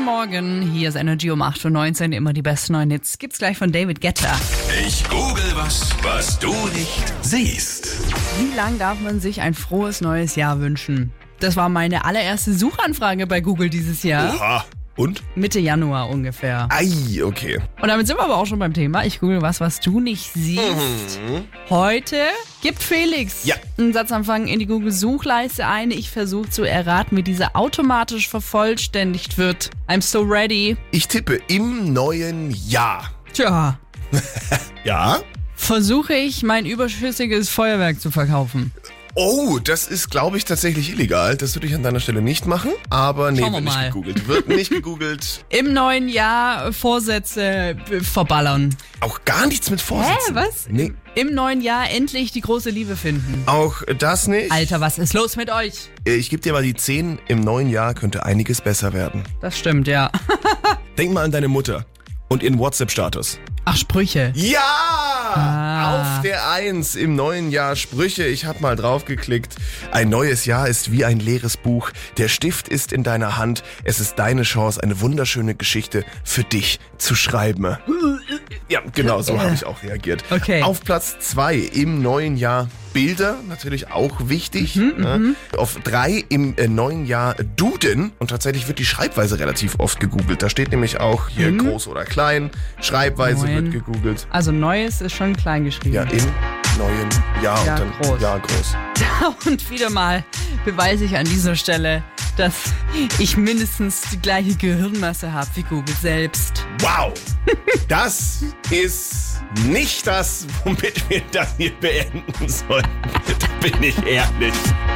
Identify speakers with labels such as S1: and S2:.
S1: Morgen, hier ist Energy um 8.19 Uhr, immer die besten neuen Hits. Gibt's gleich von David Guetta.
S2: Ich google was du nicht siehst.
S1: Wie lang darf man sich ein frohes neues Jahr wünschen? Das war meine allererste Suchanfrage bei Google dieses Jahr.
S2: Oha. Und?
S1: Mitte Januar ungefähr.
S2: Ei, okay.
S1: Und damit sind wir aber auch schon beim Thema. Ich google was du nicht siehst. Heute gibt Felix einen Satzanfang in die Google-Suchleiste ein. Ich versuche zu erraten, wie dieser automatisch vervollständigt wird. I'm so ready.
S2: Ich tippe im neuen Jahr.
S1: Tja,
S2: Ja?
S1: versuche ich, mein überschüssiges Feuerwerk zu verkaufen.
S2: Oh, das ist, glaube ich, tatsächlich illegal. Das würde ich an deiner Stelle nicht machen. Aber nee,
S1: Schauen wir
S2: wird nicht
S1: mal.
S2: gegoogelt. Wird nicht gegoogelt.
S1: Im neuen Jahr Vorsätze verballern.
S2: Auch gar nichts mit Vorsätzen.
S1: Was?
S2: Nee,
S1: Im neuen Jahr endlich die große Liebe finden.
S2: auch das nicht.
S1: Alter, was ist los mit euch?
S2: Ich gebe dir mal die 10. Im neuen Jahr könnte einiges besser werden.
S1: Das stimmt, ja.
S2: Denk mal an deine Mutter und ihren WhatsApp-Status.
S1: Ach, Sprüche.
S2: Ja! Auf der 1 im neuen Jahr Sprüche. Ich habe mal draufgeklickt. Ein neues Jahr ist wie ein leeres Buch. Der Stift ist in deiner Hand. Es ist deine Chance, eine wunderschöne Geschichte für dich zu schreiben. Ja, genau, so habe ich auch reagiert.
S1: Okay.
S2: Auf Platz 2 im neuen Jahr Bilder, natürlich auch wichtig. Ne? Auf 3 im neuen Jahr Duden. Und tatsächlich wird die Schreibweise relativ oft gegoogelt. Da steht nämlich auch hier groß oder klein. Schreibweise wird gegoogelt.
S1: Also Neues ist schon klein geschrieben.
S2: Ja, im neuen Jahr
S1: Ja,
S2: und dann
S1: groß.
S2: Ja, groß.
S1: Und wieder mal beweise ich an dieser Stelle, dass ich mindestens die gleiche Gehirnmasse habe wie Google selbst.
S2: Wow! Das ist nicht das, womit wir das hier beenden sollten. Da bin ich ehrlich.